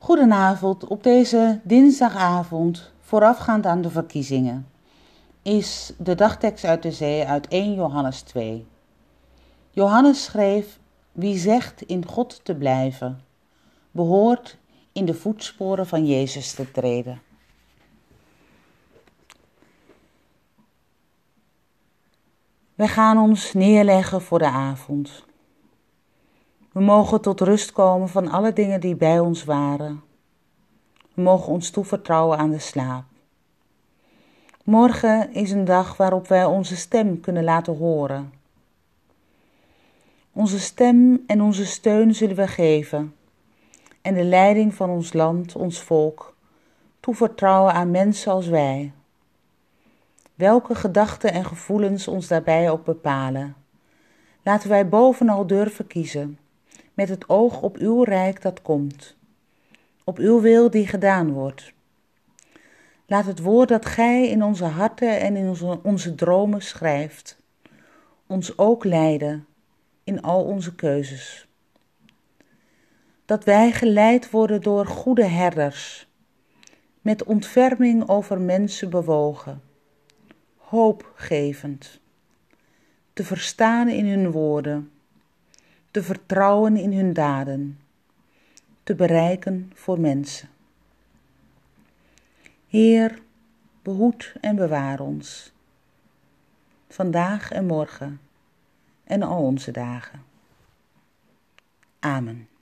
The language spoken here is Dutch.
Goedenavond, op deze dinsdagavond, voorafgaand aan de verkiezingen, is de dagtekst uit de zee uit 1 Johannes 2. Johannes schreef: wie zegt in God te blijven, behoort in de voetsporen van Jezus te treden. Wij gaan ons neerleggen voor de avond. We mogen tot rust komen van alle dingen die bij ons waren. We mogen ons toevertrouwen aan de slaap. Morgen is een dag waarop wij onze stem kunnen laten horen. Onze stem en onze steun zullen we geven en de leiding van ons land, ons volk, toevertrouwen aan mensen als wij. Welke gedachten en gevoelens ons daarbij ook bepalen, laten wij bovenal durven kiezen, met het oog op uw rijk dat komt, op uw wil die gedaan wordt. Laat het woord dat gij in onze harten en in onze dromen schrijft, ons ook leiden in al onze keuzes. Dat wij geleid worden door goede herders, met ontferming over mensen bewogen, hoopgevend, te verstaan in hun woorden, te vertrouwen in hun daden, te bereiken voor mensen. Heer, behoed en bewaar ons, vandaag en morgen en al onze dagen. Amen.